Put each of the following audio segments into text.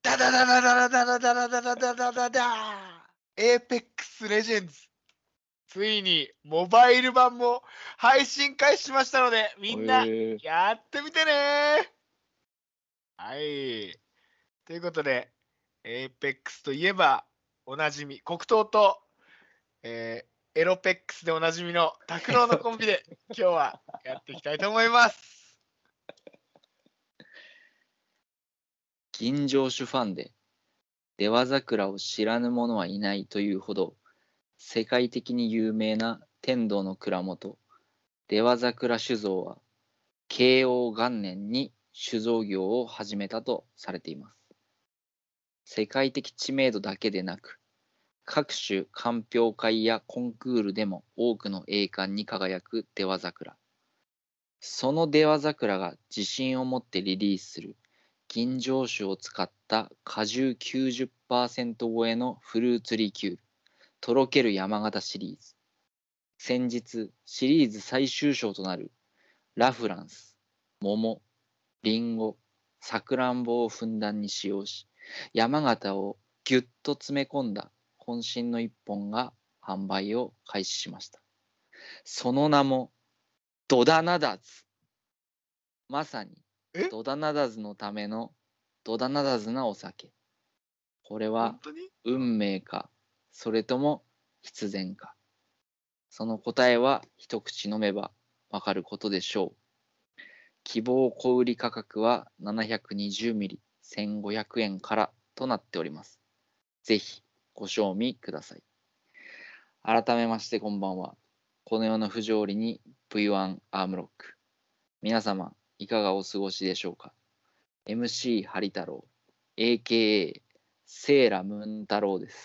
ダダダダダダダダダダダダダダダエーペックスレジェンズ。ついにモバイル版も配信開始しましたので、みんなやってみてね。はい。ということで、エーペックスといえばおなじみ、黒糖と、エロペックスでおなじみの拓郎のコンビで今日はやっていきたいと思います。 銀城主ファンで出羽桜を知らぬ者はいないというほど世界的に有名な天童の蔵元出羽桜酒造は慶応元年に酒造業を始めたとされています。世界的知名度だけでなく、各種鑑評会やコンクールでも多くの栄冠に輝く出羽桜。その出羽桜が自信を持ってリリースする吟醸酒を使った果汁 90% 超えのフルーツリキュール、とろける山形シリーズ。先日、シリーズ最終章となるラフランス、桃、リンゴ、さくらんぼをふんだんに使用し、山形をぎゅっと詰め込んだ渾身の一本が販売を開始しました。その名も、ドダナダズ。まさに、ドダナダズのためのドダナダズなお酒。これは運命か、それとも必然か。その答えは一口飲めばわかることでしょう。希望小売価格は 720ml 1500円からとなっております。ぜひご賞味ください。改めましてこんばんは。この世の不条理に V1 アームロック。皆様いかがお過ごしでしょうか。 MC ハリ太郎 AKA セーラムーン太郎です。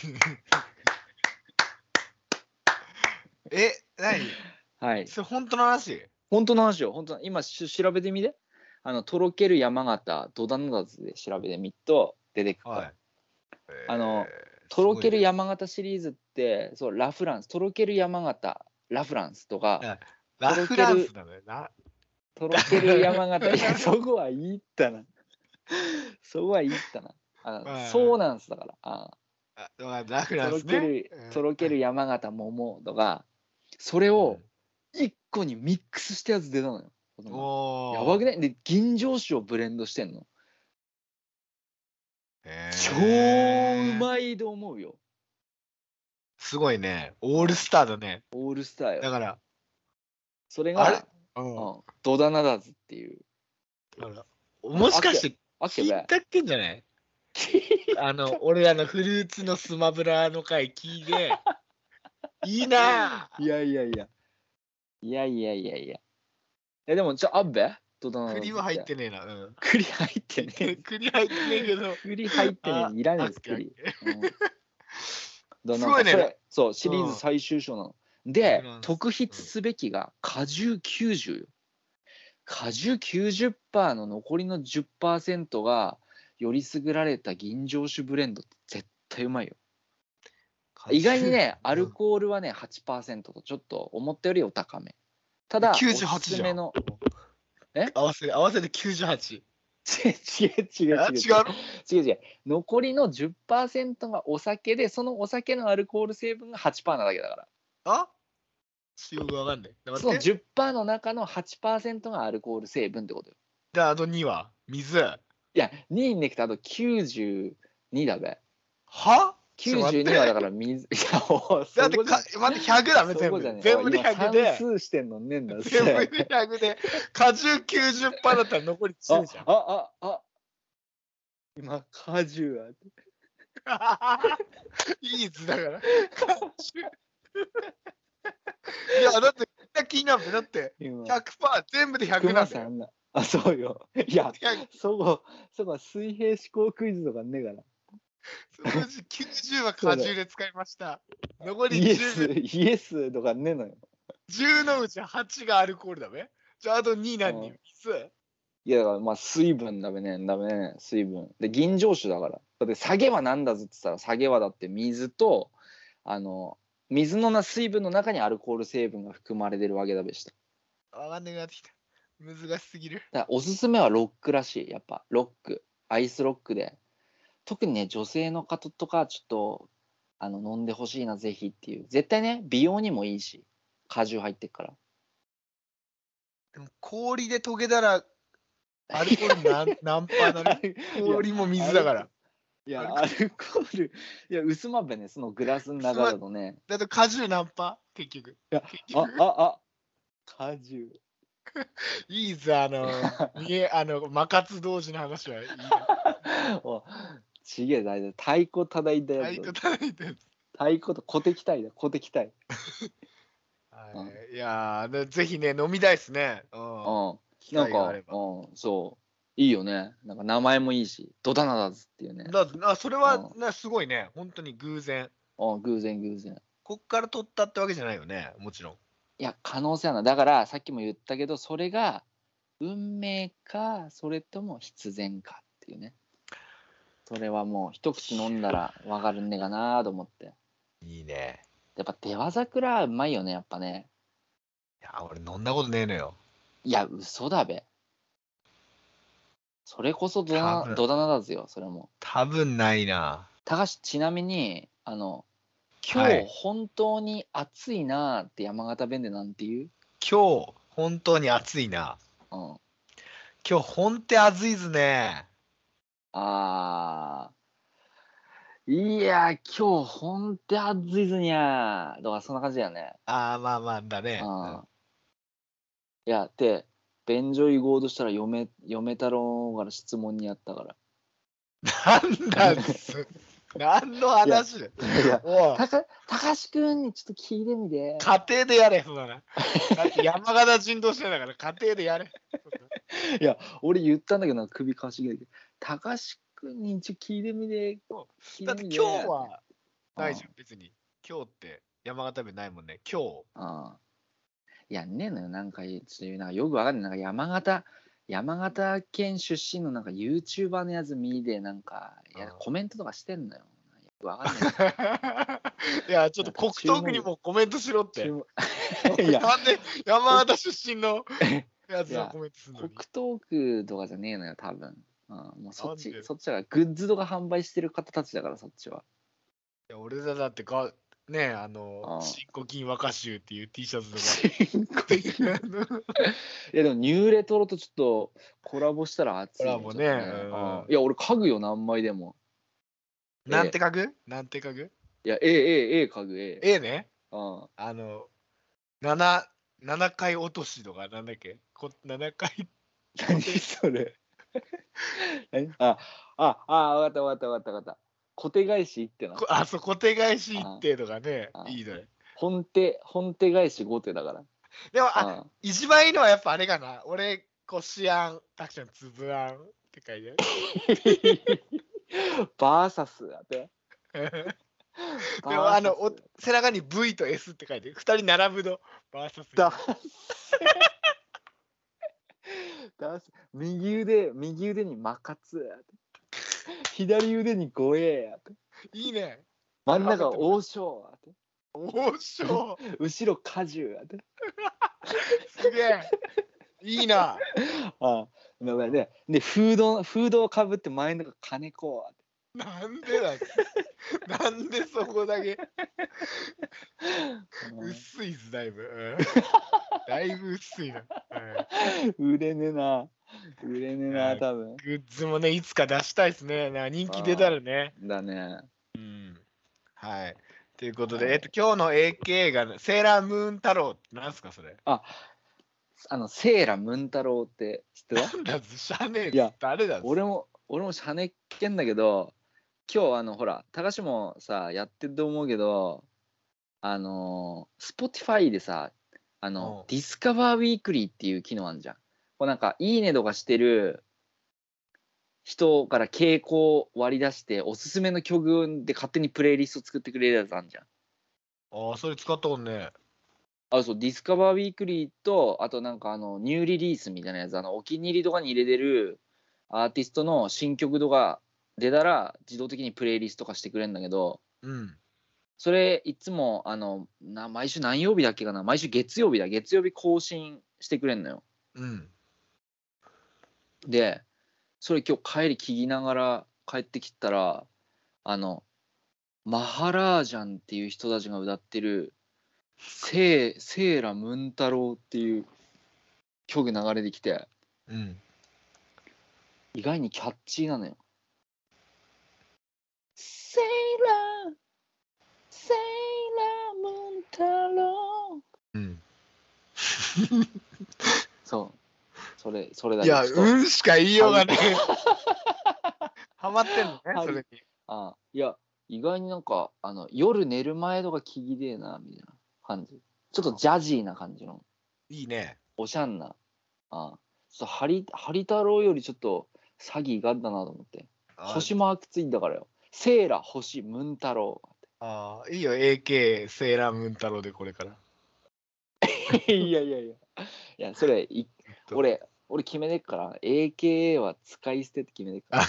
何？ はい。 それ本当の話？ 本当の話よ。本当今調べてみて。とろける山形ドダナダズで調べてみると出てくるから。はい、とろける山形シリーズってそうラフランスとろける山形ラフランスとかラフランスだねな。 とろける山形いやそこは言ったな。そこは言ったな。そうなんすだから。 ラフランスね。 とろける山形桃とかそれを一個にミックスしたやつ出たのよ。やばくね。で吟醸酒をブレンドしてんの。超うまいと思うよ。 すごいね。オールスターだね。 オールスターよ。 だからそれがドダナダズっていう。 もしかして聞いたってんじゃない？俺らのフルーツのスマブラの回聞いていいな。 いやでもあっべ栗は入ってねえな。 栗入ってねえ。 栗入ってねえけど。 栗入ってねえ。いらねえです、栗。 すごいね。 そう、シリーズ最終章なの。で、特筆すべきが果汁90よ。果汁 90% の残りの 10% がより優られた吟醸酒ブレンドって絶対うまいよ。意外にね、アルコールはね 8% とちょっと思ったよりお高め。ただ、 98 おすすめの合わせて98。 違う。残りの 10% がお酒で、そのお酒のアルコール成分が 8% なだけだから。 よくわかんない。 その 10% の中の 8% がアルコール成分ってことよ。 で、あと2は水。 いや、2にねくとあと92だべ。 は ？92はだから水。いや、 だって待って100だべ、全部で100で。 算数してんのねんだ。 全部で100で、果汁 90% だったら残り10じゃん。 今、果汁は。 いい図だから。いや、だって気になる。だって 100% 全部で100なんだよ。 そうよ。いや、そこは水平思考クイズとかねえから。 90は果汁で使いました。残り 10。イエスとかねえのよ。 10のうち8がアルコールだべ。じゃああと2何？水？ いやだからまあ水分だべね。水分。で吟醸酒だから。だって下げはなんだぞって言ったら下げはだって水と水の水分の中にアルコール成分が含まれてるわけだべした。 わかんなくなってきた。難しすぎる。 だからおすすめはロックらしい。やっぱロック。アイスロックで特にね、女性の方とか、ちょっと、飲んでほしいな、ぜひっていう。絶対ね、美容にもいいし、果汁入ってっから。 でも氷で溶けたら、アルコール何パーなの？氷も水だから。 いや、アルコール、いや、薄まべね、そのグラスの中だとね。 だと果汁何パー結局。 いや、果汁。 いいぜ、摩擦同士の話はいいな。 ちげえだ、太鼓叩いたやつ。 太鼓叩いたやつ。 太鼓と小敵隊だ、小敵隊。 いやー、ぜひね、飲みたいっすね。機会があれば。 そう。いいよね。なんか名前もいいし、ドダナダズっていうね。 それはね、すごいね。本当に偶然。 偶然。 こっから取ったってわけじゃないよね、もちろん。 いや、可能性はない。だから、さっきも言ったけど、それが運命か、それとも必然かっていうね。それはもう一口飲んだら分かるんねえかなと思って。 いいね。 やっぱ出羽桜うまいよね、やっぱね。 いや、俺飲んだことねえのよ。 いや、嘘だべ。それこそドダナだぜよ、それも。 多分ないな。 高橋、ちなみに、今日本当に暑いなーって山形弁でなんて言う？ 今日本当に暑いな。今日本当に暑いっすね。 いや、今日本当に暑いっすにゃー。だからそんな感じだよね。 まあだね。 いや、で、便所行こうとしたら嫁太郎から質問にあったから。 なんだっす。何の話だよ。 高橋くんにちょっと聞いてみて。 家庭でやれ、そうだな。山形人同士だから家庭でやれ。 いや、俺言ったんだけど、首かしげて。高橋くんに一応聞いてみて。 だって今日はないじゃん、別に。今日って山形弁ないもんね、今日。 いや、ねえのよ、なんか、ちょっとなんかよくわかんない。なんか山形県出身のなんか YouTuber のやつ見で、なんか、コメントとかしてんのよ。よくわかんない。 いや、ちょっと国東区にもコメントしろって。なんで山形出身のやつのコメントするのに。 国東区とかじゃねえのよ、多分。もうそっちはグッズとか販売してる方たちだから、そっちは。 いや、俺だってね、新古今和歌集っていう T シャツとか。 いや、でもニューレトロとちょっとコラボしたら熱い。 コラボね。 いや、俺家具よ、何枚でも。 なんて家具？ いや、A 家具 A ね。7回落としとか、なんだっけ？7回。 何それ？わかった。小手返しってな。 そう、小手返しってとかね。いいね。 本手返し5手だから。 でも、一番いいのはやっぱあれかな。俺、こしあん、たくちゃん、つぶあんって書いてある。 バーサスだって。 でも背中に V と S って書いて、2人並ぶのバーサス。 右腕にマカツ。左腕に護衛。 いいね。 真ん中王将。 王将。 後ろ果樹。 すげえ。いいな。 で、フードをかぶって前の中金子。 なんでだなんでそこだけ薄いっす、だいぶ。だいぶ薄いな。 売れねえな、多分。 グッズもね、いつか出したいですね。人気出たらね。 だね。 はい。ということで、今日の AK がセーラームーン太郎ってなんすか、それ？ セーラームーン太郎って知ってた？ なんだず、シャネー誰だ？ 俺もシャネっけんだけど、今日ほら、高橋もさ、やってると思うけど、Spotify でさ、ディスカバーウィークリーっていう機能あるじゃん。こうなんか、いいねとかしてる人から傾向を割り出して、おすすめの曲で勝手にプレイリスト作ってくれるやつあるじゃん。 それ使ったもんね。 そう、ディスカバーウィークリーと、あとなんかニューリリースみたいなやつ、お気に入りとかに入れてるアーティストの新曲とか出たら自動的にプレイリスト化してくれるんだけど、それいつも毎週何曜日だっけかな、毎週月曜日更新してくれんのよ。でそれ今日帰り聞きながら帰ってきたらマハラージャンっていう人たちが歌ってるセーラムンタロウっていう曲流れてきて、 うん。 意外にキャッチーなのよ。セーラームンタロウ。 うん。 そう。それだけ。 いや、うんしか言いようがねえ。ハマってんのね、それに。 いや、意外になんか、夜寝る前とか聞きでえな、みたいな感じ。ちょっとジャジーな感じの。 いいね。 おしゃんな。ちょっとハリ太郎よりちょっと詐欺があったなと思って。星マークついんだからよ。セーラ、星、ムンタロウ。いいよ、AK、セーラームン太郎でこれから。 いや、それ、俺決めてっから、AKA は使い捨てって決めてっから。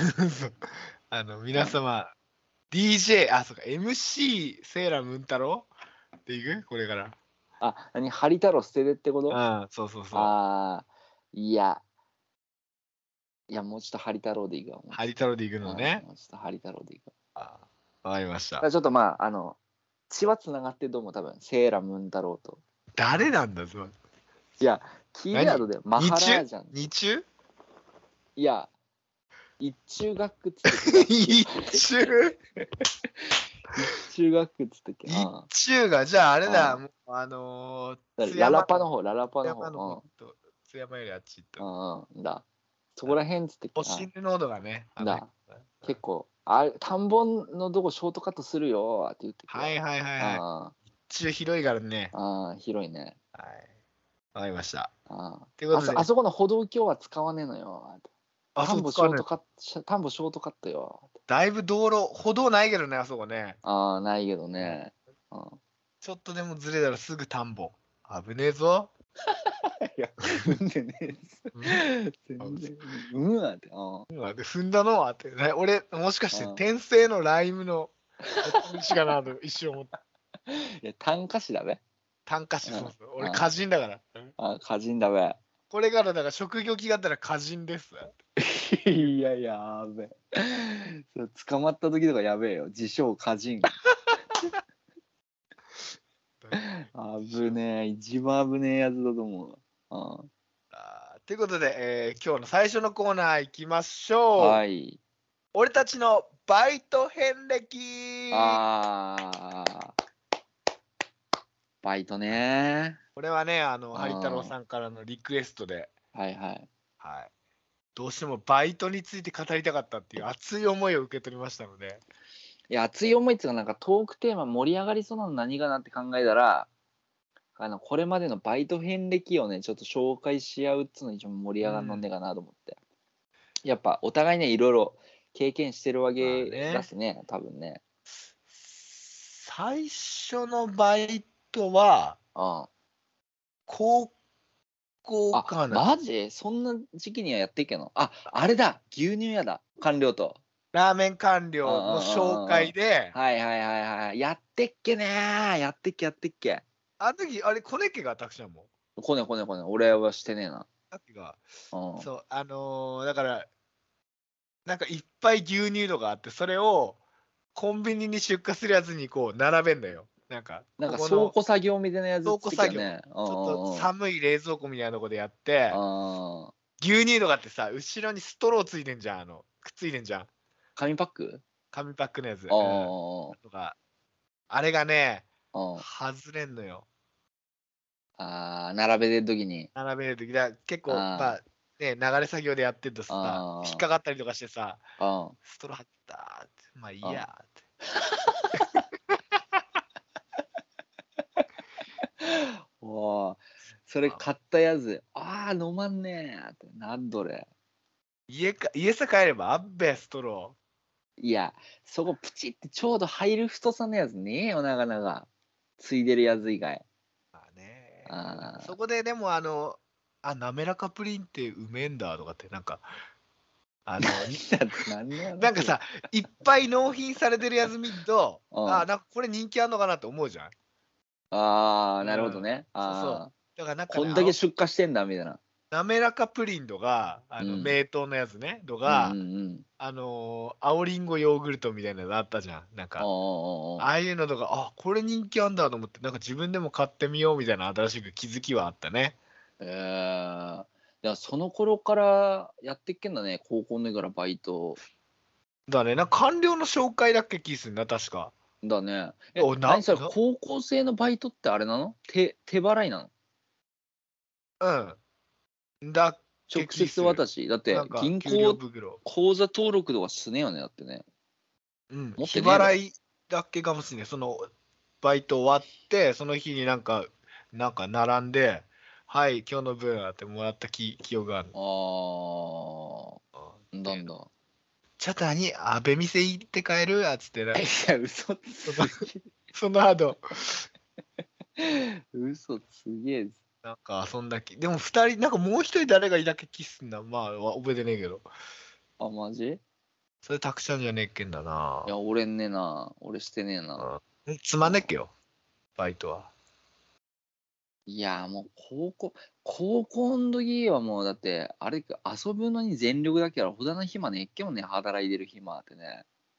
皆様、DJ、そうか、MC セーラームン太郎っていくこれから。 ハリ太郎捨ててってこと？ そうそうそう。 いや、もうちょっとハリ太郎でいいか。 ハリ太郎でいくのね。 もうちょっとハリ太郎でいいか。 わかりました。 ちょっと血はつながってると思う、多分、セーラムン太郎と。 誰なんだぞ。 いや、聞いてあるで、マハラージャン。 日中いや、一中学っつって一中一中学っつってっけ。 一中が、じゃああれだ、もうララパの方。 津山よりあっち行った。 だ。そこら辺っつってっけ。 死ぬ濃度がね。 だ。結構、田んぼのとこショートカットするよって言ってはい。一中広いからね。 広いね。 はい。わかりました。 あそこの歩道橋は使わねえのよ。田んぼショートカットよ。 だいぶ歩道ないけどね、あそこね。 ないけどね。 ちょっとでもずれたらすぐ田んぼ。危ねえぞ。 いや、踏んでねえです。全然。 踏んだのはって。俺、もしかして転生のライムの道かなと一瞬思った。 いや、単歌詞だべ。 単歌詞、そうそう。俺、歌人だから。 歌人だべ。 これからだから職業気があったら歌人です。 いや、やべえ。捕まった時とかやべえよ。自称歌人。危ねえ。一番危ねえやつだと思う。 ということで、今日の最初のコーナー行きましょう。 はい。 俺たちのバイト遍歴。 バイトね。 これはね、ハリ太郎さんからのリクエストで。 はい。 どうしてもバイトについて語りたかったっていう熱い思いを受け取りましたので。 いや、熱い思いっていうか、なんかトークテーマ盛り上がりそうなの何かなって考えたら、これまでのバイト遍歴をね、ちょっと紹介し合うっつうの一番盛り上がるのねかなと思って。やっぱお互いね、いろいろ経験してるわけだしね、多分ね。 最初のバイトは、高校かな。 マジ？そんな時期にはやってっけど。あれだ、牛乳屋だ、官僚と。 ラーメン官僚の紹介で。 はい。やってっけねー。やってっけ。 あの時、あれ、コネ家がたくちゃんも。 コネ。俺はしてねえな。 さっきが。そう、だから、なんかいっぱい牛乳とかあって、それをコンビニに出荷するやつにこう並べんだよ。なんか倉庫作業みたいなやつ、 倉庫作業。ちょっと寒い冷蔵庫みたいなとこでやって、牛乳とかってさ、後ろにストローついてんじゃん。くっついてんじゃん。 紙パックのやつ。とか。あれがね、外れんのよ。 並べてる時に。 だ結構、ね、流れ作業でやってるとさ、引っかかったりとかしてさ、ストロー入ったって、まあいいやって。 それ買ったやつ、飲まんねえって、なんどれ。 家さ帰ればあっべ、ストロー。いや、そこプチってちょうど入る太さのやつねえよ、なかなか。ついでるやつ以外。 そこででも滑らかプリンってうめえんだとかってなんかなんかさ、いっぱい納品されてるやつ見ると、なんかこれ人気あんのかなって思うじゃん。 なるほどね。 そう。だからなんかこんだけ出荷してんだみたいな。 滑らかプリンとか、名東のやつね、とか、青りんごヨーグルトみたいなのあったじゃん。なんか、ああいうのとか、あ、これ人気あんだと思って、なんか自分でも買ってみようみたいな新しく気づきはあったね。 いや、その頃からやってっけんだね、高校の時からバイト。 だね、なんか官僚の紹介だっけ気するな、確か。 だね。何それ、高校生のバイトってあれなの？手払いなの？うん。だ直接渡し。だって、銀行口座登録とかすねよね、だってね。 うん、日払いだけかもしれない。その、バイト終わって、その日になんか並んで、はい、今日の分ってもらった記憶がある。 なんだ。 ちょっと安倍店行って帰るっつっていや、嘘つげその後。 嘘すげえ。 なんか遊んだでも2人、なんかもう一人誰がいたっけキスんだ。まあ、覚えてねえけど。 あ、マジ？ それたくちゃんじゃねえっけんだな。 いや、俺ねえな。俺してねえな。 つまんねっけよ、バイトは。 いや、もう高校の時はもうだって、あれ遊ぶのに全力だけど、ほだな暇ねっけもね、働いてる暇ってね。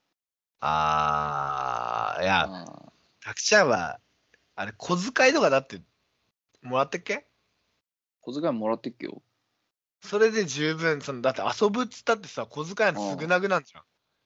いや、たくちゃんは、あれ、小遣いとかだって、もらってっけ？ 小遣いもらってっけよ。 それで十分、だって遊ぶっつったってさ、小遣いの少なくなんじゃ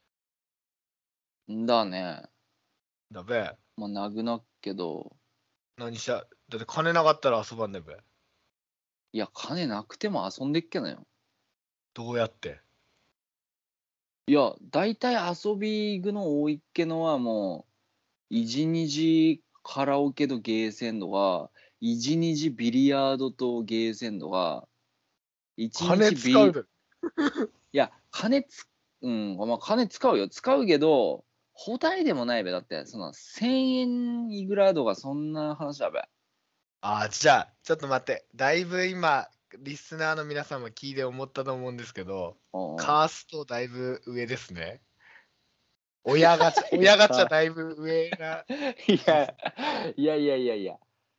ん。だね。 だべ。 まあ、なぐなっけど。 だって金なかったら遊ばんねべ。 いや、金なくても遊んでっけなよ。 どうやって？ いや、大体遊び行くの多いっけのはもう、1日カラオケとゲーセンとか、1日ビリヤードとゲーセンとか、 金使うで。 いや、まあ、金使うよ。使うけど、ほたいでもないべ。だって、その、1000円いくらとか、そんな話だべ。 じゃあ、ちょっと待って。だいぶ今、リスナーの皆さんも聞いて思ったと思うんですけど、カーストだいぶ上ですね。親ガチャだいぶ上な。 いや。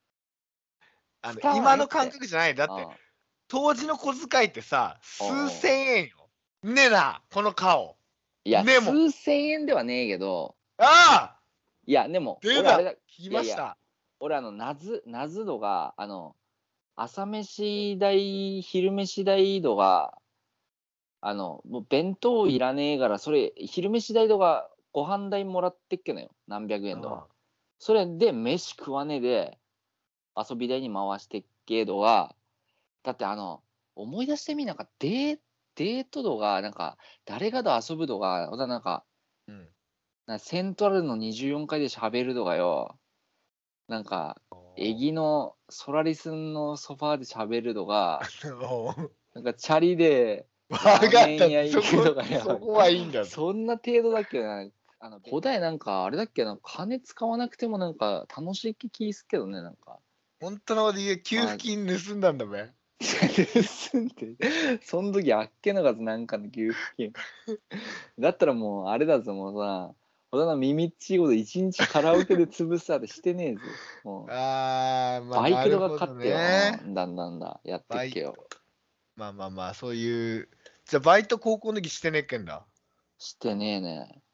今の感覚じゃない。だって、当時の小遣いってさ、数千円よ。ねえな、この顔。 いや、数千円ではねえけど。いや、でも、 俺あれだ。聞きました。 俺、謎度が、朝飯代、昼飯代度が、もう弁当いらねえから、それ、昼飯代とか、ご飯代もらってっけのよ。何百円とか。それで、飯食わねえで、遊び代に回してっけどが、だって思い出してみ、なんかデート度が、なんか、誰かと遊ぶ度が、なんか、セントラルの24階で喋るとかよ。なんか、エギのソラリスンのソファーで喋るとか、なんかチャリでラーメン屋行くとかよ。 そこはいいんだ。 そんな程度だっけな。答えなんかあれだっけな、金使わなくてもなんか楽しい気すっけどね、なんか。 本当のこと言う、給付金盗んだんだべ。 盗んで、その時あっけなかったなんかの給付金。だったらもうあれだぞ、もうさ、ほだな耳っちいこと一日カラオケで潰すってしてねえぞ。もうまあ、 バイクとか買ってよ、 ね、 だんだ、やってっけよ。 まあ、そういう、じゃあバイト高校の時してねえけんだ。 してねえね。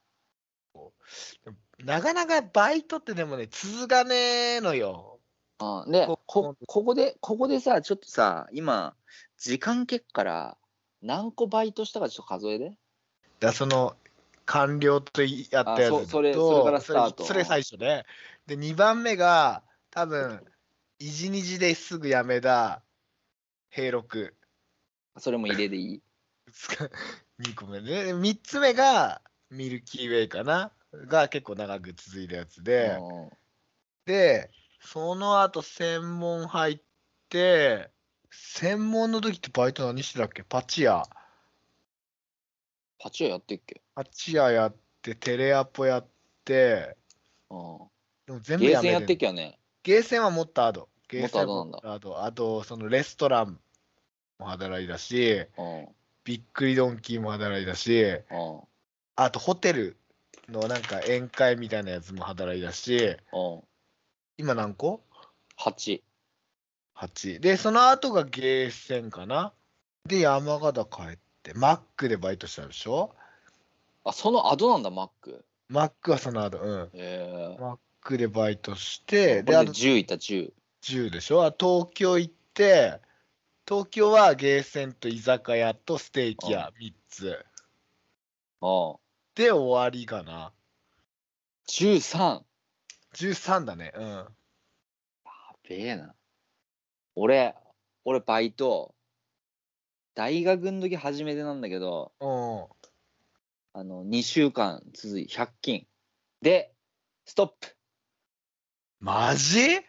なかなかバイトってでもね、続かねえのよ。 で、ここでさ、ちょっとさ、今、時間結から何個バイトしたかちょっと数えで。 その、官僚とやったやつと、 それからスタート。 それ最初で。で、2番目が、多分、1日ですぐ辞めた、平六。 それも入れでいい 2個目ね。3つ目が、ミルキーウェイかなが結構長く続いたやつで、で、その後専門入って、専門の時ってバイト何してたっけ？パチ屋。 パチ屋やってっけ？ パチ屋やって、テレアポやって、 でも全部やめて。 ゲーセンやってっけやね。 ゲーセンはもっとアド。 もっとアドなんだ。 あと、そのレストランも働いたし、びっくりドンキーも働いたし、あとホテルのなんか宴会みたいなやつも働いたし、今何個？ 8。 8。で、その後がゲーセンかな。で、山形帰って、マックでバイトしたでしょ。 あ、その後なんだ、マック。 マックはその後、マックでバイトして、 これで10いった10。 10でしょ。東京行って、東京はゲーセンと居酒屋とステーキ屋3つ。で、終わりかな。 13。 13だね。 やべえな。俺バイト、大学の時初めてなんだけど、2週間続いて100均。で、ストップ。 マジ？い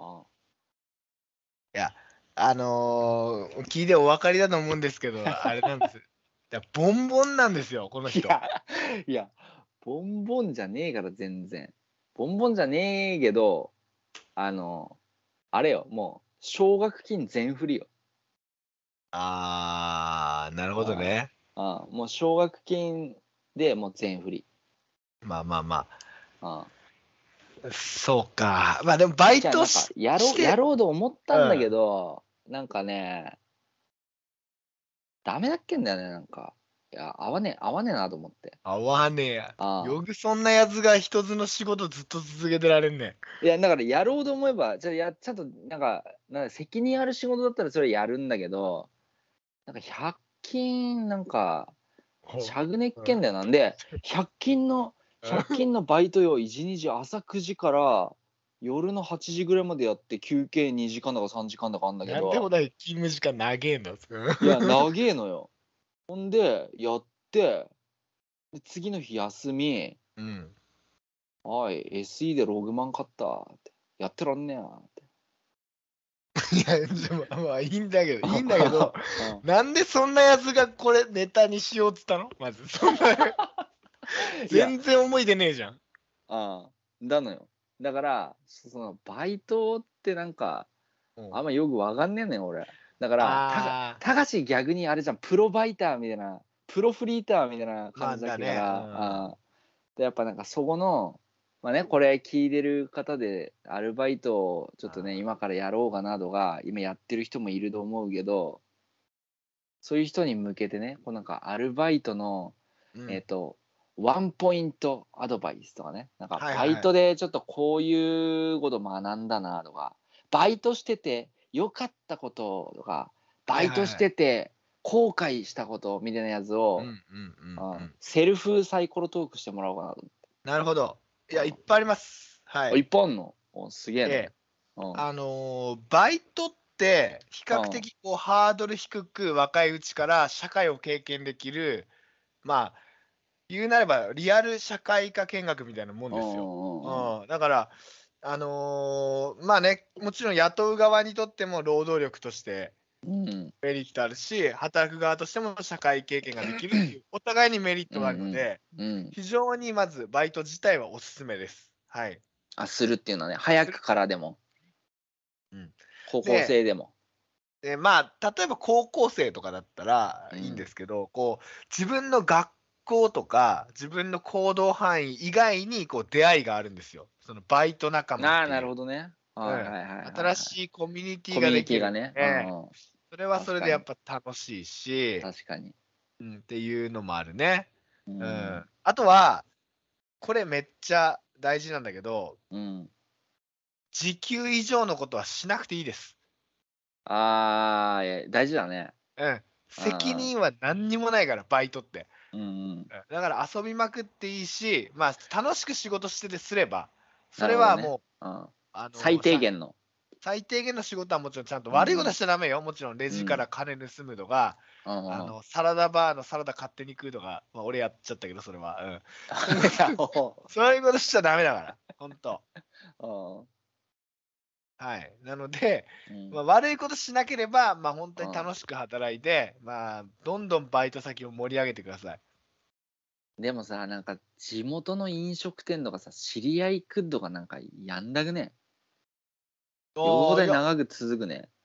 や、聞いてお分かりだと思うんですけど、あれなんです。ボンボンなんですよ、この人。 いや、ボンボンじゃねえから、全然。ボンボンじゃねえけど、あれよ、もう、奨学金全振りよ。 なるほどね。 もう奨学金でもう全振り。 まあ。そうか。まあでもバイトやろうと思ったんだけど、なんかね、ダメだっけんだよね、なんか。いや、合わねえなと思って。 合わねえや。よくそんなやつが一つの仕事ずっと続けてられんねん。いや、だからやろうと思えば、ちゃんと、なんか責任ある仕事だったらそれやるんだけど、なんか100均、なんか、しゃぐねっけんだよなんで、100均のバイトよ、1日朝9時から夜の8時ぐらいまでやって休憩2時間だか3時間だかあんだけど。 なんでもない勤務時間長えんだ。 いや、長えのよ。ほんで、やって、で次の日休み、はい、SE でログマン買ったって。やってらんねえなって。いや、でもまあいいんだけど、なんでそんなやつがこれネタにしようっつったの？まず、そんな全然思い出ねえじゃん。 だのよ。だから、そのバイトってなんか、あんまよくわかんねえねん、俺。だから、たかし逆にあれじゃん、プロバイターみたいな、プロフリーターみたいな感じだから、でやっぱなんかそこの、まあね、これ聞いてる方でアルバイトをちょっとね、今からやろうかなとか、今やってる人もいると思うけど、そういう人に向けてね、こうなんかアルバイトの、ワンポイントアドバイスとかね、なんかバイトでちょっとこういうこと学んだなとか、バイトしてて良かったこととか、バイトしてて後悔したことみたいなやつを、セルフサイコロトークしてもらおうかなと思って。 なるほど。いや、いっぱいあります。はい。 いっぱいあんの？すげえね。 バイトって比較的こうハードル低く若いうちから社会を経験できる、まあ言うなればリアル社会科見学みたいなもんですよ。だからまあね、もちろん雇う側にとっても労働力としてメリットあるし、働く側としても社会経験ができるっていうお互いにメリットがあるので、非常にまずバイト自体はおすすめです。はい。 するっていうのはね、早くからでも、高校生でも。 でまあ例えば高校生とかだったらいいんですけど、こう自分の学校とか自分の行動範囲以外にこう出会いがあるんですよ。そのバイト仲間っていう。 なるほどね。 新しいコミュニティができるね。それはそれでやっぱ楽しいし、 確かに。 っていうのもあるね。あとはこれめっちゃ大事なんだけど、時給以上のことはしなくていいです。 大事だね。 責任は何にもないから、バイトって。だから遊びまくっていいし、まあ楽しく仕事しててすれば、それはもう、 最低限の仕事はもちろんちゃんと悪いことしちゃダメよ。もちろんレジから金盗むとか、サラダバーのサラダ勝手に食うとか、まあ俺やっちゃったけど、それは。そういうことしちゃダメだから、ほんと。はい。なので、悪いことしなければ、まあ本当に楽しく働いて、まあどんどんバイト先を盛り上げてください。 でもさ、なんか地元の飲食店とかさ、知り合いくんとかなんかやんだくね。よで長く続くね。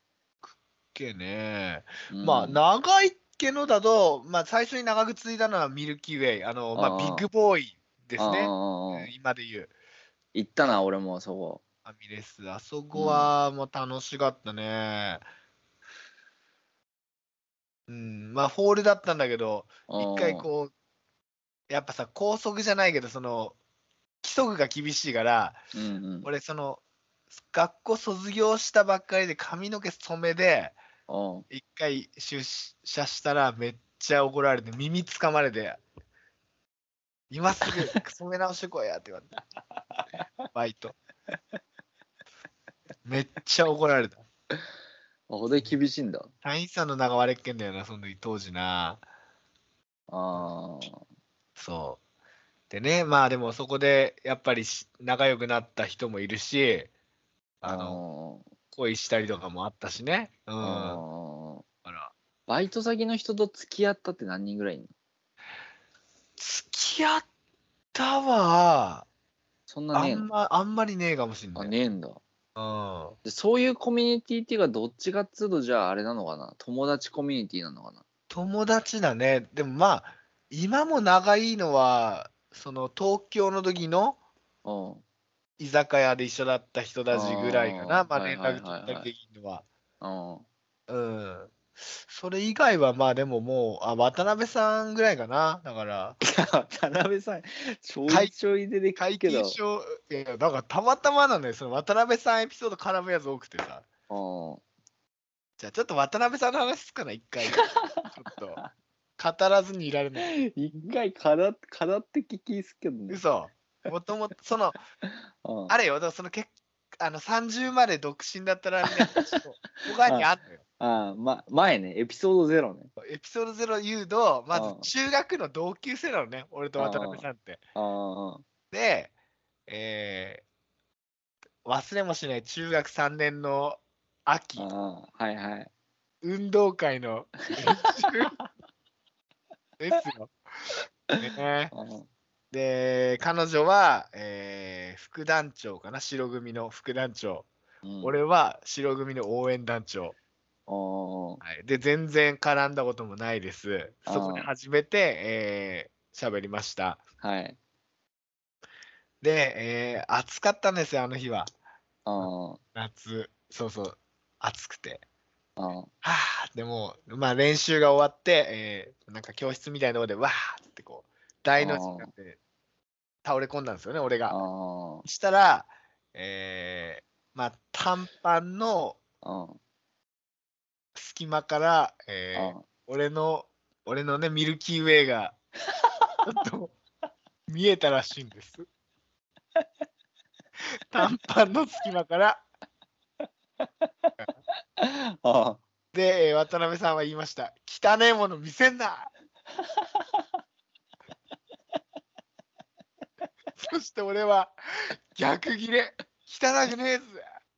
まあ長いけのだと、まあ最初に長く続いたのはミルキーウェイ、まあビッグボーイですね。今で言う。 行ったな、俺もそこ。 ファミレス、あそこはもう楽しかったね。まあ、ホールだったんだけど、一回こう、やっぱさ、高速じゃないけど、その、規則が厳しいから、俺、その、学校卒業したばっかりで髪の毛染めで、一回出社したらめっちゃ怒られて、耳つかまれて、今すぐ染め直してこいやって言われて、バイト。めっちゃ怒られた。 ほど厳しいんだ。 社員さんの仲悪いっけんだよな、その時当時な。そう。でね、まあでもそこでやっぱり仲良くなった人もいるし、恋したりとかもあったしね。だからバイト先の人と付き合ったって何人ぐらいいんの？ 付き合ったは、 そんなねえの？ あんまりねえかもしんない。 ねえんだ。でそういうコミュニティっていうか、どっちかっつうとじゃああれなのかな、友達コミュニティなのかな。 友達だね。でもまあ、今も仲いいのは、その東京の時の居酒屋で一緒だった人たちぐらいかな。まあ連絡取ったりできるのは。それ以外はまあでももう、渡辺さんぐらいかな。だから。 渡辺さん、ちょいちょい出てくるけど。 いや、だからたまたまなのよ。その渡辺さんエピソード絡むやつ多くてさ。じゃあちょっと渡辺さんの話すかな、一回。ちょっと。語らずにいられない。 一回語って聞きすけどね。 嘘。もともと、その、あれよ、その30まで独身だったらね、他にあんのよ。 前ね、エピソード0ね。 エピソード0言うと、まず中学の同級生なのね、俺と渡辺さんって。で、忘れもしない中学3年の秋、運動会の練習ですよ。ね、で、彼女は、副団長かな、白組の副団長。俺は白組の応援団長。で、全然絡んだこともないです。そこで初めて喋りました。で、暑かったんですよ、あの日は。夏、そうそう、暑くて。でも、まあ練習が終わって、なんか教室みたいなところで、わーってこう、大の字になって倒れ込んだんですよね、俺が。そしたら、まあ短パンの隙間から、俺のね、ミルキーウェイが、ちょっと見えたらしいんです。短パンの隙間から。で、渡辺さんは言いました。汚ねえもの見せんなそして俺は逆ギレ。汚くねえぜ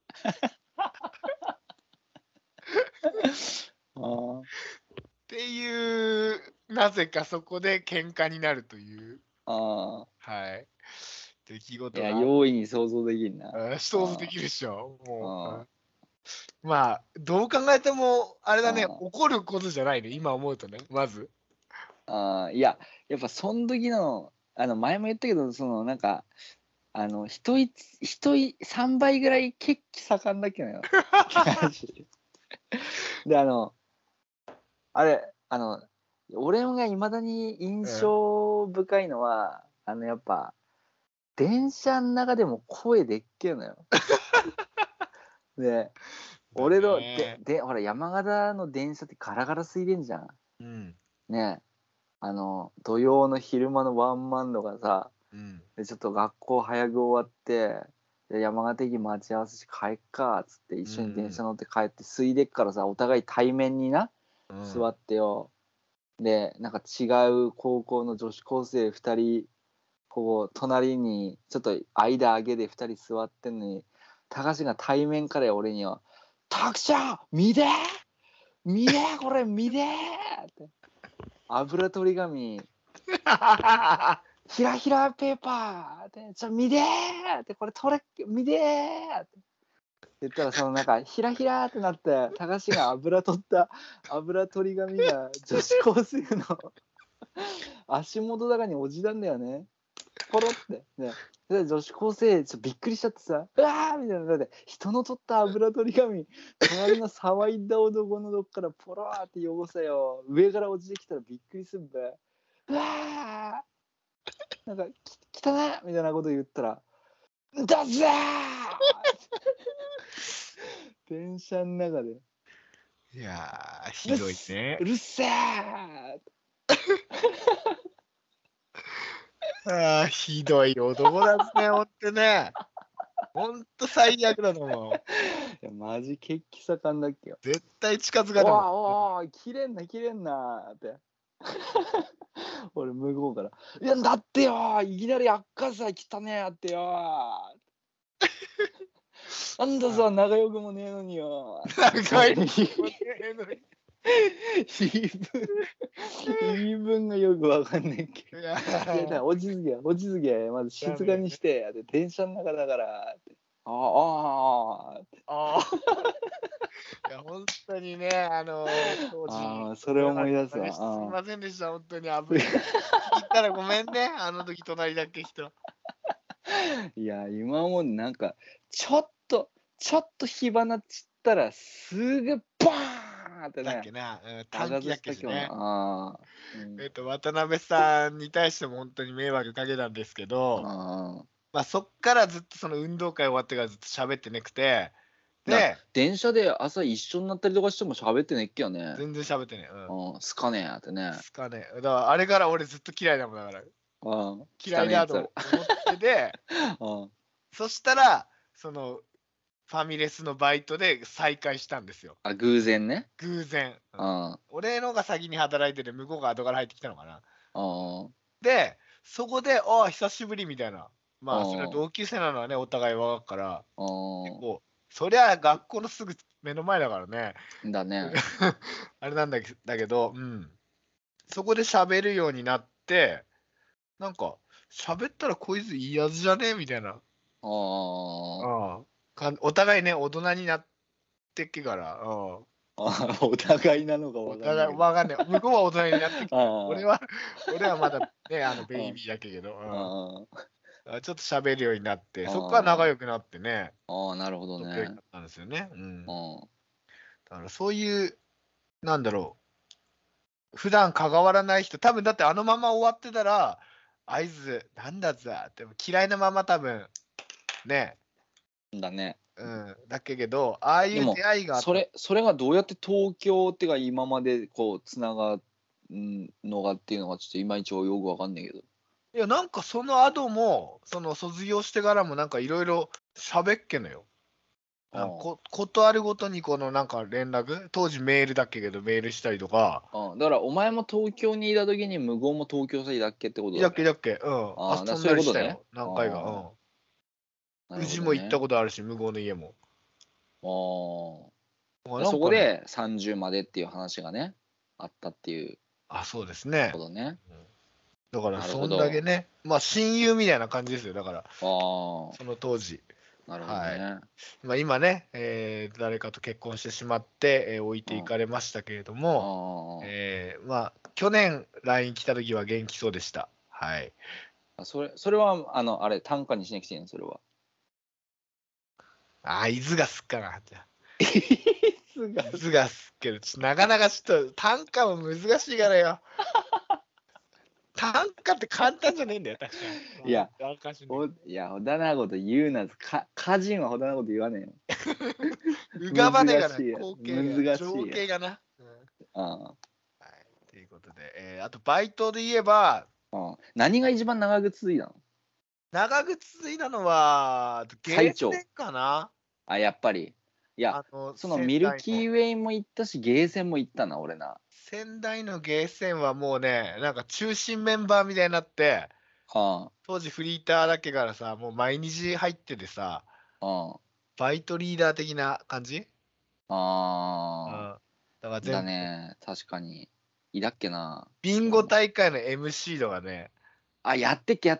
っていう、なぜかそこで喧嘩になるという、出来事が。 いや、容易に想像できるな。 想像できるでしょ。もう。まあ、どう考えても、あれだね、怒ることじゃないね、今思うとね、まず。 いや、やっぱその時の、前も言ったけど、そのなんか、人3倍ぐらい血気盛んだっけのよ。で、あれ、俺がいまだに印象深いのは、やっぱ、電車の中でも声でっけえのよ。で、俺の、ほら、山形の電車ってガラガラ空いてんじゃん。ねえ、土曜の昼間のワンマンとかさ、でちょっと学校早く終わって、で山形駅待ち合わせし帰っかっつって一緒に電車乗って帰って空いてっからさ、お互い対面にな、座ってよ。で、なんか違う高校の女子高生2人、こう、隣に、ちょっと間上げで2人座ってんのに、高橋が対面から俺には、たくちゃん見て見てこれ見てって。油取り紙、ひらひらペーパーで、見てって、これ取れ、見てって言ったら、そのなんか、ひらひらってなって、高橋が油取った油取り紙が女子高生の足元高に落ちたんだよね。 ポロってね。で女子高生ちょっとびっくりしちゃってさ、うわーみたいな。だって人の取った油取り紙隣の騒いだ男のどっからポローって汚せよ。上から落ちてきたらびっくりすんべ。うわーなんか汚ねみたいなこと言ったら、だぜー電車の中でいやー、ひどいねう。るせーあー、ひどい男なんですね、ほんとね。ほんと最悪だと思う。 いやマジ血気盛んだっけよ。 絶対近づおかないもん。 お切れんなーって俺向こうから「いやだってよーいきなり赤さ汚ねえやってよー」なんださ仲良くもねえのによー長い。 言い分がよくわかんないけど。 いやいやだ落ち着けまず静かにしてやで電車の中だからってあいや本当にね、当時それ思い出すわ。 すみませんでした、本当に危ない。聞いたらごめんね、あの時隣だっけ人。 いや今もなんかちょっと火花散ったらすぐバーンってね。 だっけな、短期だっけしね。渡辺さんに対しても本当に迷惑かけたんですけど、まあそっからずっとその運動会終わってからずっと喋ってなくて、 で電車で朝一緒になったりとかしても喋ってねっけよね。 全然喋ってね。 すかねえってね。 すかねえ。だからあれから俺ずっと嫌いだもんだから。嫌いだと思ってて、そしたらそのファミレスのバイトで再会したんですよ。 偶然ね。 偶然。俺のが先に働いてて向こうが後から入ってきたのかな。でそこで「ああ久しぶり」みたいな。まあそれは同級生なのはねお互い分かるから結構そりゃ学校のすぐ目の前だからね。 だね。 あれなんだけど、そこで喋るようになってなんか喋ったらこいついいやつじゃねみたいな。お互いね大人になってっけから。 お互いなのかお互いわかんない。向こうは大人になってきて俺はまだねベイビーだけど。ちょっと喋るようになってそこから仲良くなってね。 なるほどね。 だったんですよね。だからそういうなんだろう普段関わらない人多分だってあのまま終わってたら合図なんだざって嫌いなまま多分ね。 だね。 だけどああいう出会いがあった。 それがどうやって東京ってか今までこうつながるのがっていうのがちょっといまいちよくわかんないけど。 いやなんかその後もその卒業してからもなんかいろいろ喋っけのよ。ことあるごとにこのなんか連絡当時メールだっけどメールしたりとか。 だからお前も東京にいた時に向こうも東京だっけってことだ。 だっけ。 そういうことね。 何回か。うちも行ったことあるし向こうの家も。 そこで30までっていう話がねあったっていう。 そうですね。だからそんだけねまあ親友みたいな感じですよだからその当時。 なるほどね。 まあ今ね誰かと結婚してしまって置いていかれましたけれどもまあ去年 LINE 来た時は元気そうでした。はい。 それはあれ短歌にしなくていいのそれは。 伊豆がすっかなじゃあ。伊豆がすっけどなかなかちょっと短歌も難しいからよ。短歌って簡単じゃねえんだよ確かに。 いやほだなこと言うな歌人はほだなこと言わねえよ。 浮かばねえから光景が情景がな。 はい。 ということであとバイトで言えば何が一番長く続いたの？ 長く続いたのはゲーセンかな。 やっぱりいやそのミルキーウェイも行ったしゲーセンも行ったな俺な。 仙台のゲーセンはもうねなんか中心メンバーみたいになって当時フリーターだけからさもう毎日入っててさバイトリーダー的な感じ。だから全部ね確かにいだっけな。 ビンゴ大会の MC とかねやってっけ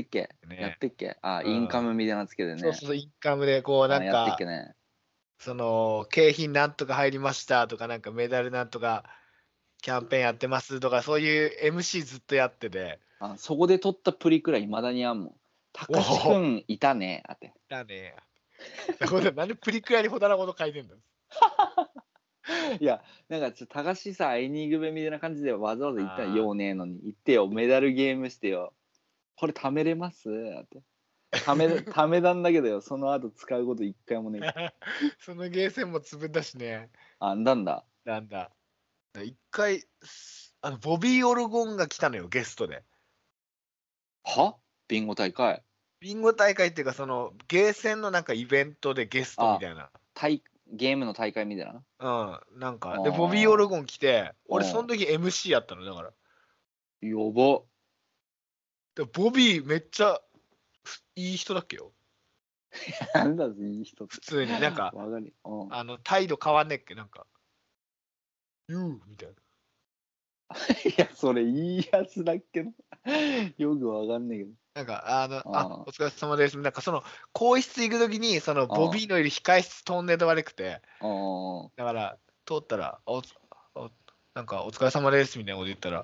インカムみたいなつけてね。 そうインカムでこうなんかその景品なんとか入りましたとかなんかメダルなんとかキャンペーンやってますとかそういう MC ずっとやっててそこで撮ったプリクラいまだにあんもん。たかしくんいたねあって。 だね。なんでプリクラにほだらこと書いてんだ。 いや、なんかたかしさ、会いに行くべみたいな感じでわざわざ言ったらようねえのに、行ってよ、メダルゲームしてよ。これ貯めれますって。貯めたんだけどよ、その後使うこと一回もねえ。 そのゲーセンも潰ったしね。 なんだ。 なんだ。一回、ボビー・オルゴンが来たのよ、ゲストで。 は？ビンゴ大会。 ビンゴ大会っていうか、そのゲーセンのなんかイベントでゲストみたいな。 ゲームの大会みたいな。なんか、で、ボビー・オルゴン来て、俺その時 MC やったの、だから。 やば。 でボビーめっちゃいい人だっけよ。 なんだぜ、いい人って。 普通に、なんか、態度変わんねっけ、なんか、みたいな。 いや、それいいやつだっけど。よくわかんねえけど。 なんか、お疲れ様です。なんかその、更衣室行くときに、その、ボビーのいる控室トンネル悪くて、だから、通ったら、なんか、お疲れ様ですみたいなこと言ったら、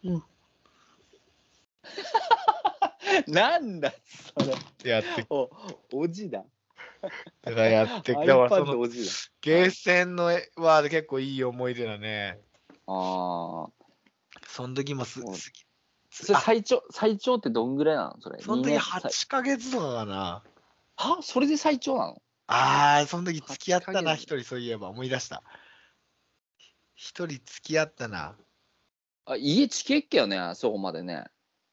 なんだ、それ。 やっておじだ。 だからやってだからその、ゲーセンのは結構いい思い出だね。その時もそれ最長ってどんぐらいなのそれ。 その時8ヶ月とかかな。 は？それで最長なの？ その時付き合ったな、一人、そういえば思い出した。一人付き合ったな。 家近いっけよね、そこまでね。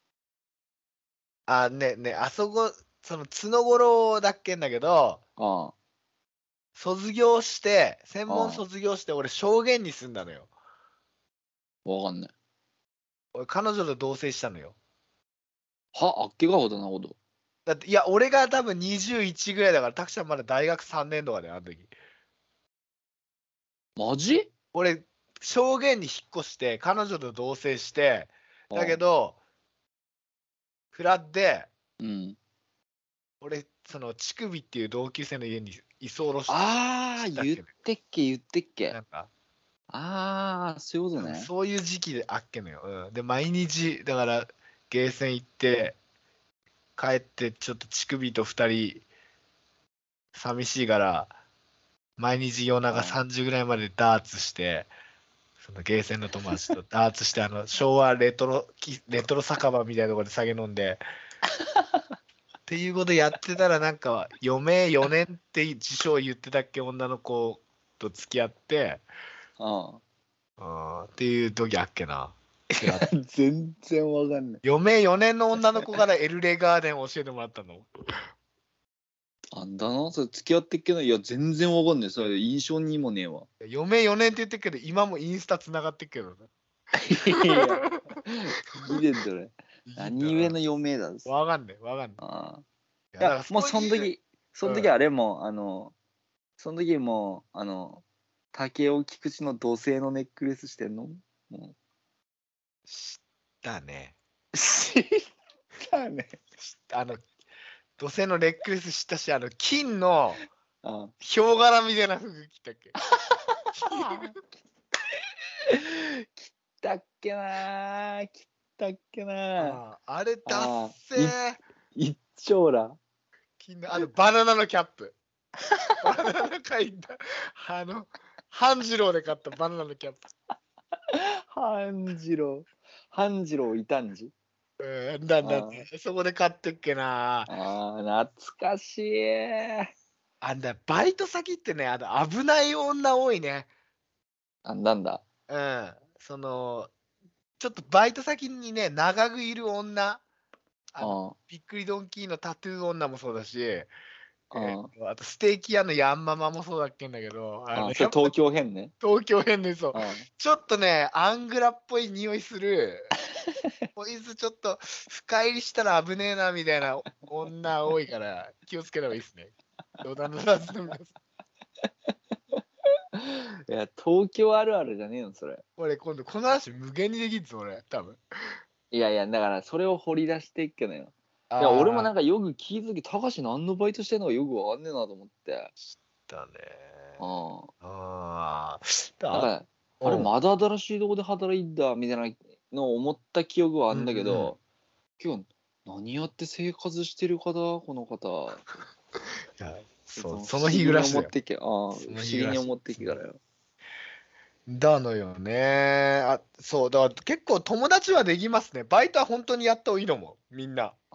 ね、あそこ、その角頃だっけんだけど、卒業して、専門卒業して、俺、証言に住んだのよ。 わかんない。 俺、彼女と同棲したのよ。 あっけがほどなほど。 だって、いや、俺が多分21ぐらいだから、たくちゃんまだ大学3年とかで、あの時。 マジ？ 俺、証言に引っ越して、彼女と同棲して、だけど、フラで、俺、その、乳首っていう同級生の家に居候して。 言ってっけ。 なんか。 そういうことね。 そういう時期であっけのよ。で、毎日、だから、ゲーセン行って、帰って、ちょっと乳首と2人、寂しいから、毎日夜中3時ぐらいまでダーツして、そのゲーセンの友達とダーツして、昭和レトロ酒場みたいなところで酒飲んで、っていうことやってたら、なんか、余命4年って自称言ってたっけ、女の子と付き合って、っていう時あっけな。 全然わかんない。 余命4年の女の子からエルレガーデンを教えてもらったの。 それ付き合ってっけど、いや、全然わかんない。それ印象にもねえわ。 余命4年って言ってるけど、今もインスタつながってっけどね。 いや、見てんだね。何故の余命だ。 わかんない。 いや、もうその時あれも、その時も竹尾菊池の土星のネックレスしてんの？もう知ったね。土星のネックレス知ったし、金のヒョウ柄みたいな服着たっけ？ 着たっけなあれダッセー。 一丁羅。 金のバナナのキャップ。バナナ書いた。半次郎で買ったバナナのキャップ。 半次郎異端児。 そこで買ってっけな。 懐かしい。 バイト先ってね、危ない女多いね。 なんだ。 ちょっとバイト先にね、長くいる女。びっくりドンキーのタトゥー女もそうだし、あとステーキ屋のヤンママもそうだっけんだけど、 それ東京編ね。 東京編でそう。ちょっとね、アングラっぽい匂いする、こいつちょっと深入りしたら危ねえなみたいな女多いから気をつけた方がいいですね。冗談の皆さん。 いや、東京あるあるじゃねえの、それ。 俺今度この話無限にできんぞ、俺、多分。 いや、だからそれを掘り出していくのよ。いや、俺もなんかよく聞いた時、高橋何のバイトしてんのかよくわかんねえなと思って。 知ったね。 だから、あれ、まだ新しいとこで働いたみたいなのを思った記憶はあるんだけど、 今日何やって生活してる方この方。 いやその日暮らしだよ。 不思議に思ってきからよ。 だのよね。そう、だから結構友達はできますね。バイトは本当にやった方がいいのも、みんな。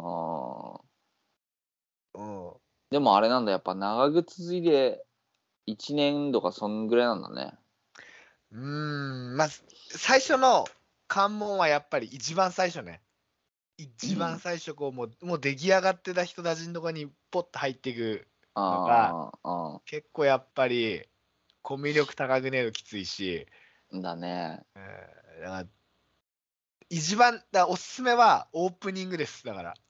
うん。 でもあれなんだ、やっぱ長く続いて1年とかそんぐらいなんだね。 まあ、最初の関門はやっぱり一番最初ね。一番最初こう、もう出来上がってた人たちのところにポッと入っていくのが、結構やっぱりコミュ力高くねえときついし。 だね。 だから一番おすすめはオープニングです。だから。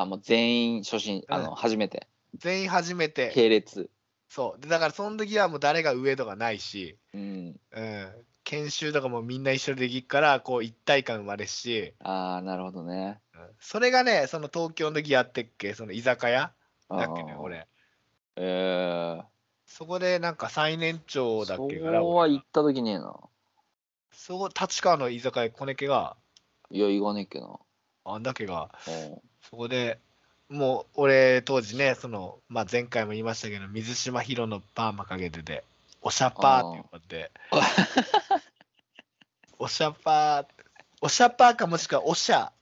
もう全員初めて。 全員初めて。 系列。 そう。でだからその時はもう誰が上とかないし、研修とかもみんな一緒でできるから、こう一体感生まれるし。 なるほどね。 それがね、その東京の時やってっけ、その居酒屋だっけね、俺。そこでなんか最年長だっけから。 そうは行った時ねえな。 立川の居酒屋コネケが。 いや、行かねえっけな。 あんだけが。そこで、もう俺当時ね、前回も言いましたけど、水島ヒロのパーマかけてて、おしゃパーって呼ばれて、おしゃパーかもしくはおしゃ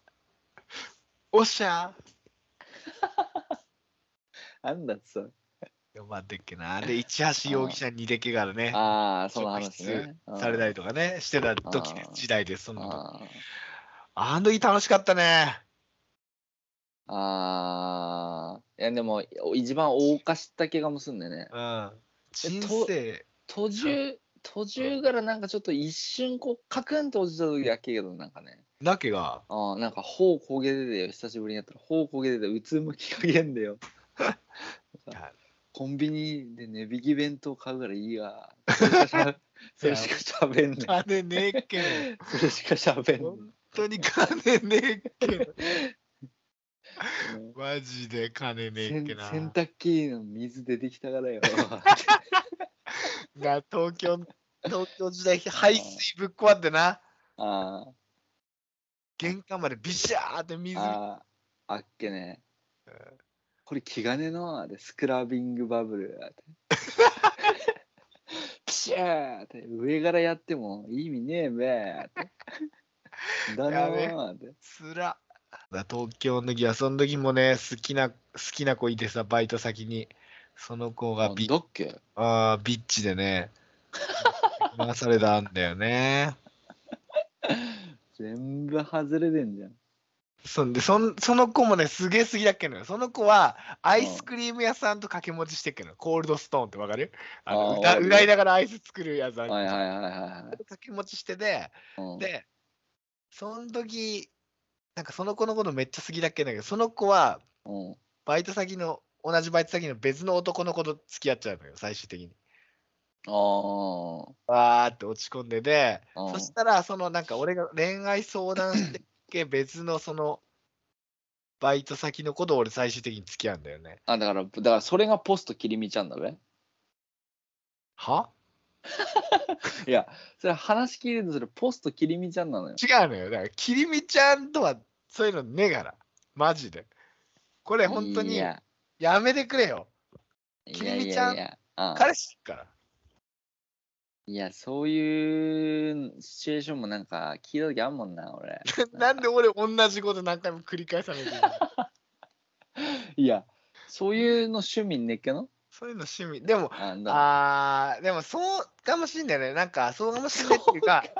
なんだっつ呼ばれてっけな。で、市橋容疑者にでけがらね、 その話ね。 されたりとかね、してた時時代です、その時。あの時楽しかったね。 いやでも一番大化した気がもすんだよね。 人生途中からなんかちょっと一瞬こうカクンと落ちた時だけどなんかね。 だけがなんか頬焦げててよ、久しぶりにやったら頬焦げててうつむき加減だよ。コンビニで値引き弁当買うからいいや。それしかしゃべんねえ。金ねえけど。 それしかしゃべんねえ。 本当に金ねえけど。マジで金ねえっけな。 洗濯機の水出てきたからよ。 東京時代排水ぶっ壊ってな。玄関までビシャーって水。 あっけね。これ気兼ねのスクラビングバブル。ピシャーって上からやっても意味ねえべ。だなーって。 つら。東京の時はその時もね、好きな子いてさ、バイト先に。その子がビッチでね、回されたんだよね。 全部外れてんじゃん。 その子もね、すげえ好きだっけのよ。その子はアイスクリーム屋さんと掛け持ちしてっけの。コールドストーンってわかる？うがいながらアイス作るやつある。掛け持ちしてて、で、その時、なんかその子のことめっちゃ好きだっけんだけど、その子は、同じバイト先の別の男の子と付き合っちゃうのよ、最終的に。わーって落ち込んでて、そしたら、なんか俺が恋愛相談してっけ、別のバイト先の子と俺最終的に付き合うんだよね。 だからそれがポストきりみちゃんだべ。いや、それ話聞いてるとそれポストきりみちゃんなのよ。 違うのよ。だからきりみちゃんとはそういうのねえから。マジで。これ本当にやめてくれよ。きりみちゃん、彼氏から。 いや、そういうシチュエーションもなんか聞いた時あんもんな、俺。 なんで俺同じこと何回も繰り返さないといけない。 いや、そういうの趣味ねっけの？ そういうの趣味。でも、でもそうかもしんないね。なんか、そうかもしんないっていうか、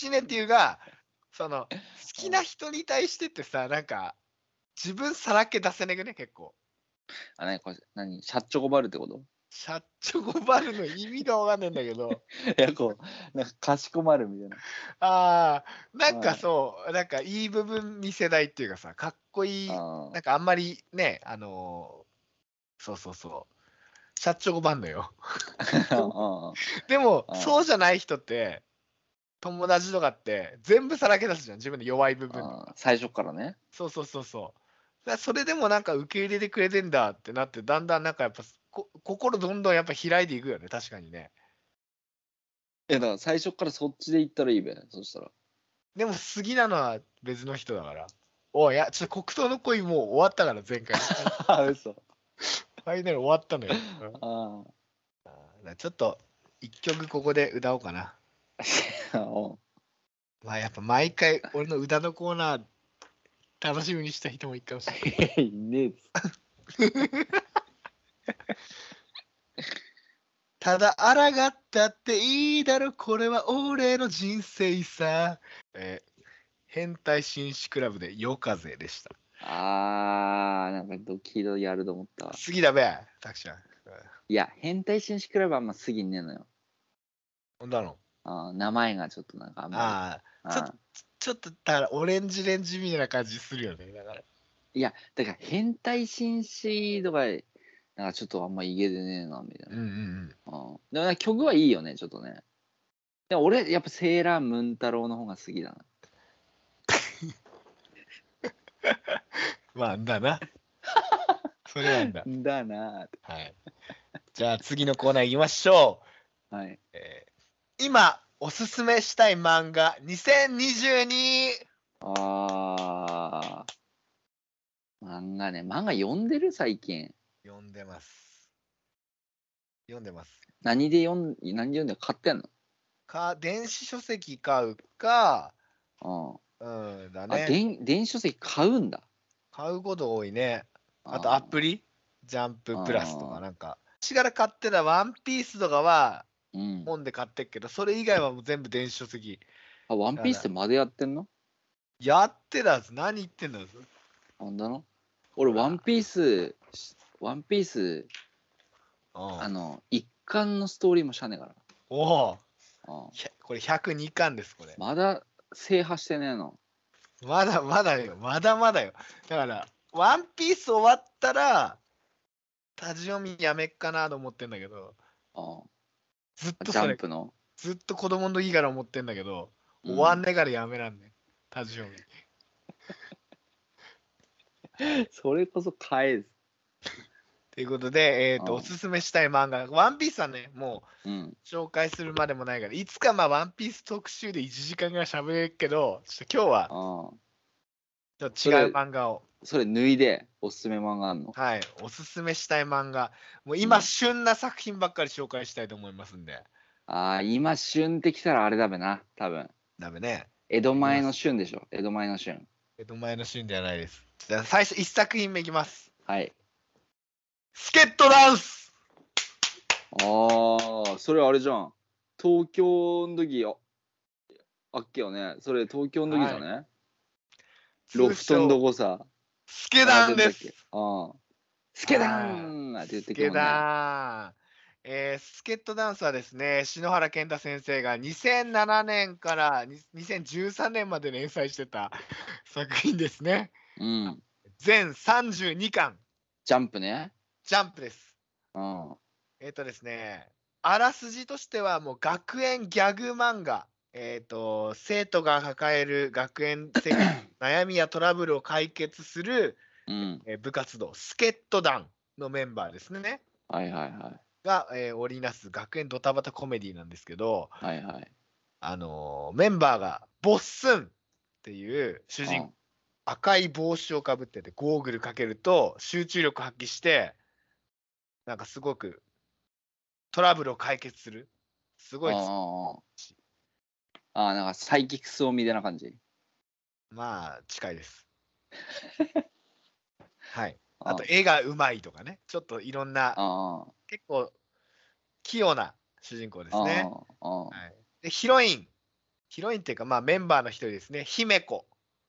好きな人に対してってさ、なんか、自分さらけ出せねくね、結構。 これ、シャッチョコバルってこと？ シャッチョコバルの意味がわかんないんだけど。 いや、こう、なんか、かしこまるみたいな。 なんかそう、なんかいい部分見せないっていうかさ、かっこいい、なんかあんまりね、そう。シャッチョコバンのよ。でも、そうじゃない人って、友達とかって全部さらけ出すじゃん、自分の弱い部分。 最初からね。 そう。それでもなんか受け入れてくれてんだってなって、だんだんなんかやっぱ心どんどんやっぱ開いていくよね、確かにね。 だから最初からそっちで行ったらいいべ、そしたら。 でも好きなのは別の人だから。 おい、いや、ちょっと黒糖の恋もう終わったから、前回。 あ、嘘。 ファイナル終わったのよ。ちょっと、一曲ここで歌おうかな。まあ、やっぱ毎回、俺の歌のコーナー、楽しみにした人もいいかもしれない。 いねえです。 ただ抗ったっていいだろ、これは俺の人生さ。変態紳士クラブで夜風でした。 なんかドキドキやると思ったわ。 次だべ、たくちゃん。 いや、変態紳士クラブはあんま過ぎんねえのよ。 ほんだの。 名前がちょっとなんかあんまり。 ちょっとだからオレンジレンジみたいな感じするよね。だから。 いや、だから変態紳士とか、なんかちょっとあんま家でねえな、みたいな。でもなんか曲はいいよね、ちょっとね。でも俺、やっぱセーラームーン太郎の方が好きだな。 まあ、だな。それなんだ。 だな。 はい。じゃあ次のコーナー行きましょう。はい。 今、おすすめしたい漫画2022。 漫画ね。漫画読んでる最近。 読んでます。 何で読んで買ってんの？ 電子書籍買うか、だね。 電子書籍買うんだ。 買うこと多いね。あとアプリジャンププラスとかなんか。私から買ってたワンピースとかは本で買ってっけど、それ以外はもう全部電子書籍。 ワンピースってまでやってんの？ やってたぞ。何言ってんだぞ。 なんだの？俺ワンピース一巻のストーリーもしゃねえから。 おお。これ102巻です、これ。 まだ制覇してねえの。 まだまだよ。だから、ワンピース終わったら、立ち読みやめっかなと思ってんだけど、ずっとジャンプのずっと子供の時から思ってんだけど、終わんねえからやめらんねん。立ち読み。 それこそ買えず。 ということで、おすすめしたい漫画、ワンピースはね、もう紹介するまでもないから、いつかワンピース特集で1時間ぐらい喋れるけど、ちょっと今日はちょっと違う漫画を。 それ脱いでおすすめ漫画あんの？ はい、おすすめしたい漫画。もう今、旬な作品ばっかり紹介したいと思いますんで。 今旬ってきたらあれだべな、多分。 ダメね。 江戸前の旬でしょ、江戸前の旬。 江戸前の旬ではないです。じゃあ最初1作品目いきます。 はい。 スケットダンス。 それあれじゃん。東京の時あっけよね。それ東京の時だね。ロフトンどこさ。 スケダンです。 スケダンって言ってくるもんね。 スケットダンスはですね、篠原健太先生が2007年から2013年まで連載してた作品ですね。全32巻。 ジャンプね。 ジャンプです。ですね、あらすじとしてはもう学園ギャグ漫画。生徒が抱える学園生活悩みやトラブルを解決する、部活動スケット団のメンバーですね。が、織りなす学園ドタバタコメディなんですけど、メンバーがボッスンっていう主人公、赤い帽子をかぶっててゴーグルかけると集中力発揮してなんかすごくトラブルを解決するすごいなんかサイキクスオみたいな感じ。 まあ近いです。はい。あと絵がうまいとかね、ちょっといろんな結構器用な主人公ですね。でヒロインっていうかメンバーの一人ですね、姫子。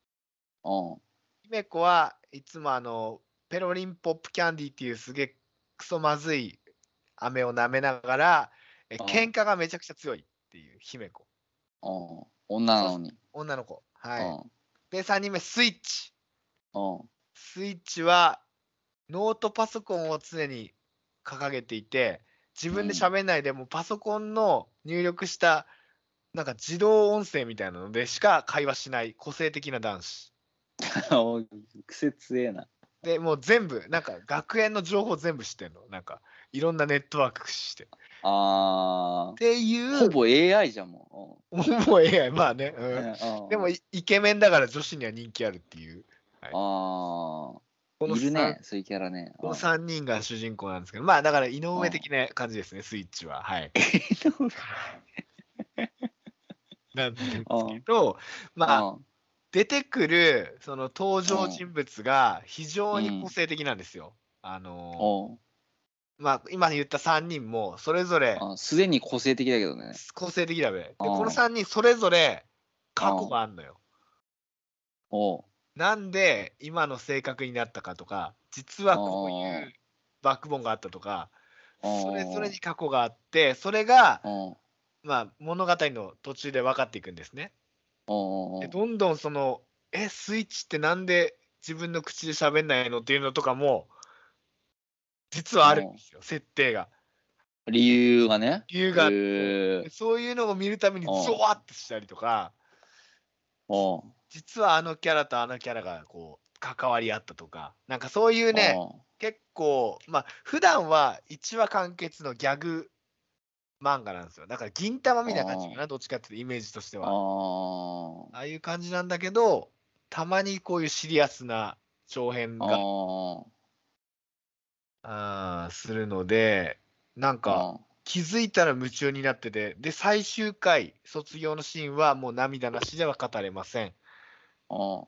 姫子はいつもペロリンポップキャンディっていうすげえクソまずい飴を舐めながら喧嘩がめちゃくちゃ強いっていう姫子。 女なのに。 女の子。はい。で、3人目、スイッチ。スイッチは、ノートパソコンを常に掲げていて、自分で喋んないでもパソコンの入力した、なんか自動音声みたいなのでしか会話しない個性的な男子。 癖強えな。 で、もう全部、なんか学園の情報全部知ってんの。なんか、いろんなネットワーク駆使して。っていう。 ほぼ AI じゃんもう。もう AI、まあね。でもイケメンだから女子には人気あるっていう。 ああ。いるね、そういうキャラね。 この3人が主人公なんですけど、まあだから井上的な感じですね、スイッチは。はい。なんですけど、まあ、出てくるその登場人物が非常に個性的なんですよ。まあ、今言った3人もそれぞれすでに個性的だけどね。 個性的だべ。で、この3人それぞれ過去があるのよ。なんで今の性格になったかとか、実はこういうバックボーンがあったとか、それぞれに過去があって、それが、まあ、物語の途中で分かっていくんですね。でどんどんその、スイッチってなんで自分の口で喋んないのっていうのとかも、実はあるんですよ、設定が。 理由がね。 理由があって、そういうのを見るためにゾワッとしたりとか、実はあのキャラとあのキャラがこう関わりあったとか、なんかそういうね、結構、まあ普段は1話完結のギャグ漫画なんですよ。だから銀魂みたいな感じかな、どっちかっていうとイメージとしては。ああいう感じなんだけど、たまにこういうシリアスな長編がするので、なんか気づいたら夢中になってて、で、最終回、卒業のシーンはもう涙なしでは語れません。はい。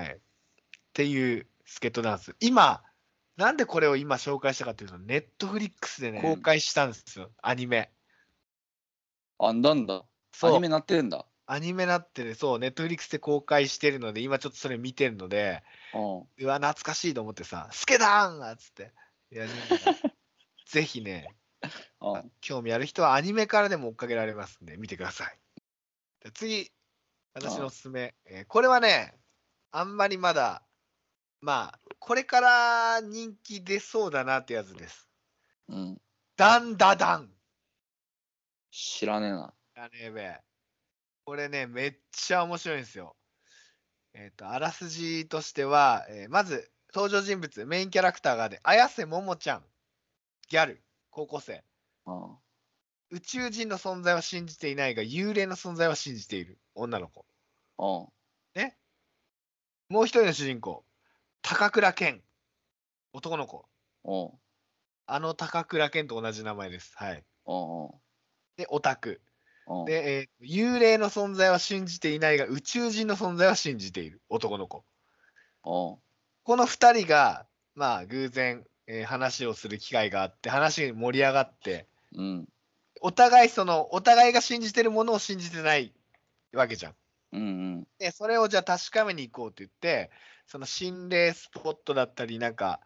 っていうスケットダンス。今、なんでこれを今紹介したかというと、ネットフリックスでね、公開したんですよ、アニメ。 なんだ。アニメなってるんだ。 アニメなってね、そう、ネットフリックスで公開してるので、今ちょっとそれ見てるので、うわ、懐かしいと思ってさ、スケダーンっつって。ぜひね、興味ある人はアニメからでも追っかけられますんで、見てください。次、私のおすすめ。これはね、あんまりまだ、まあ、これから人気出そうだなってやつです。ダンダダン。 知らねえな。 知らねえべ。これね、めっちゃ面白いんですよ。あらすじとしては、まず、登場人物、メインキャラクターがで、綾瀬ももちゃん、ギャル、高校生。宇宙人の存在は信じていないが、幽霊の存在は信じている女の子。ね。もう一人の主人公、高倉健、男の子。あの高倉健と同じ名前です。はい。で、オタク。で、幽霊の存在は信じていないが、宇宙人の存在は信じている男の子。この2人が、まあ、偶然、話をする機会があって、話が盛り上がって、お互いが信じてるものを信じてないわけじゃん。で、それをじゃあ確かめに行こうって言って、その心霊スポットだったり、なんか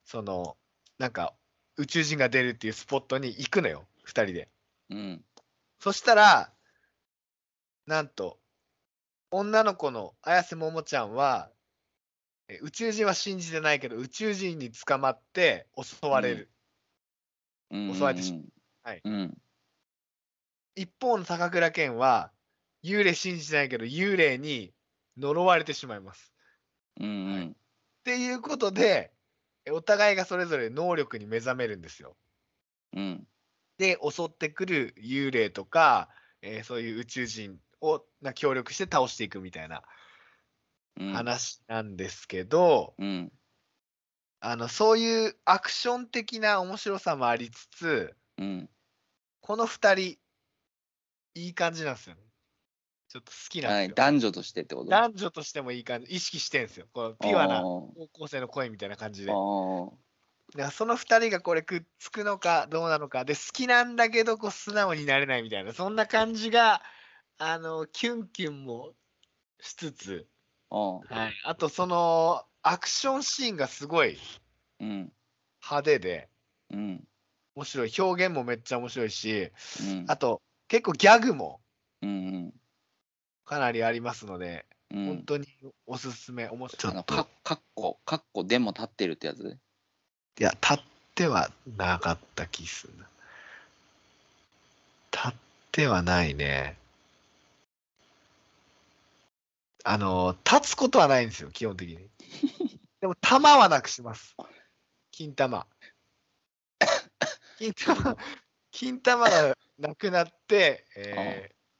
宇宙人が出るっていうスポットに行くのよ、2人で。そしたら、なんと、女の子の綾瀬ももちゃんは、宇宙人は信じてないけど、宇宙人に捕まって襲われる。襲われてしまう。はい。一方の高倉健は、幽霊信じてないけど、幽霊に呪われてしまいます。っていうことで、お互いがそれぞれ能力に目覚めるんですよ。で、襲ってくる幽霊とか、そういう宇宙人を協力して倒していくみたいな話なんですけど、そういうアクション的な面白さもありつつ、この2人、いい感じなんですよね。ちょっと好きなんですよ。 男女としてってこと？ 男女としてもいい感じ、意識してるんですよ。このピュアな高校生の恋みたいな感じで。その2人がこれくっつくのかどうなのかで、好きなんだけどこう素直になれないみたいな、そんな感じがキュンキュンもしつつ、あとそのアクションシーンがすごい派手で、面白い、表現もめっちゃ面白いし、あと結構ギャグもかなりありますので、本当におすすめ。面白い。 カッコでも立ってるってやつ？ いや、立ってはなかった気するな。立ってはないね。立つことはないんですよ、基本的に。でも、玉はなくします。金玉。金玉がなくなって、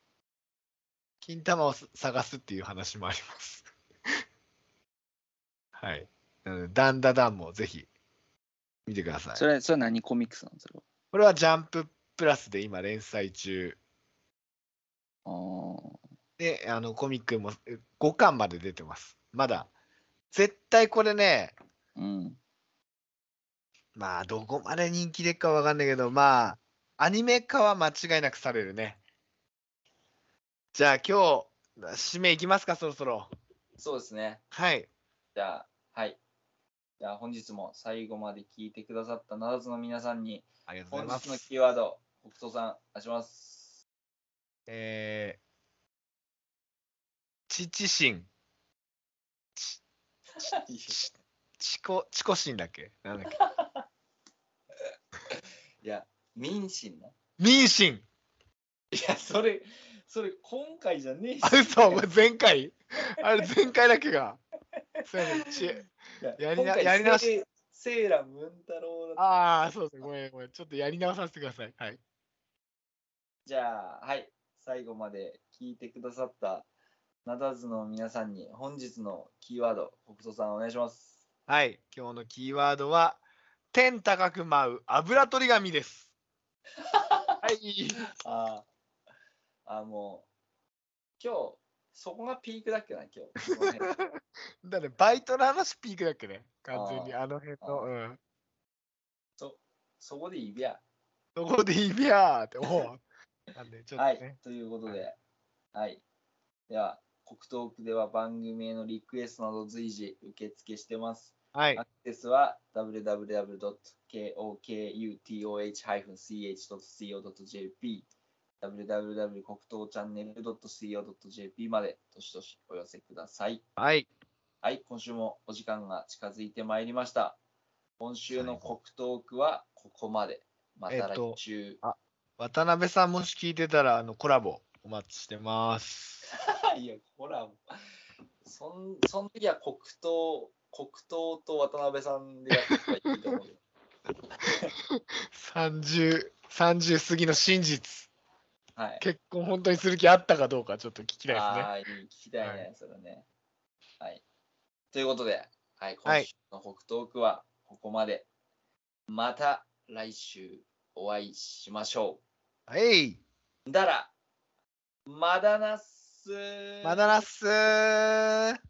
金玉を探すっていう話もあります。 はい。なのでダンダダンもぜひ見てください。 それ何コミックスなんですか？ これはジャンププラスで今連載中。で、コミックも5巻まで出てます。まだ。絶対これね、 うん。 まあ、どこまで人気でっかわかんないけど、まあ、アニメ化は間違いなくされるね。じゃあ今日、締めいきますか、そろそろ。 そうですね。 はい。 じゃあ、はい。じゃあ本日も最後まで聞いてくださったナダズの皆さんに、 ありがとうございます。 本日のキーワード、北斗さん、お願いします。 父心。チコ心だっけなんだっけいや、民心な。 民心。 いや、それ今回じゃねえし。 あ、嘘、前回。あれ、前回だけが。そうやり直し。 セーラムーン太郎だ。 ああ、そうですね。ごめん。ちょっとやり直させてください。はい。 じゃあ、はい。最後まで聞いてくださったナダズの皆さんに、本日のキーワード、北斗さんお願いします。 はい。今日のキーワードは、天高く舞う油取り紙です。はい。 もう、今日、そこがピークだっけな、今日。 だね、バイトの話ピークだっけね。完全に、あの辺の。うん。 そこでいいびゃ。 そこでいいびゃーって、おう。なんで、ちょっとはね。 い。ということで、はい。では、国東区では番組へのリクエストなど随時受付してます。 はい。 アクセスは www.kokuth-ch.co.jp www 国東チャンネル .co.jp までどしどしお寄せください。 はい。 はい、今週もお時間が近づいてまいりました。今週の国東区はここまで。また来週。 渡辺さんもし聞いてたら、コラボお待ちしてます。 いや、コラボ。その時は黒糖と渡辺さんでやったらいいと思うよ。 30過ぎの真実。 はい。 結婚本当にする気あったかどうかちょっと聞きたいですね。 聞きたいね、それね。はい。ということで、はい、 はい、 今週の北東区はここまで。また来週お会いしましょはい。 う。だら、まだなっすまだなっすー。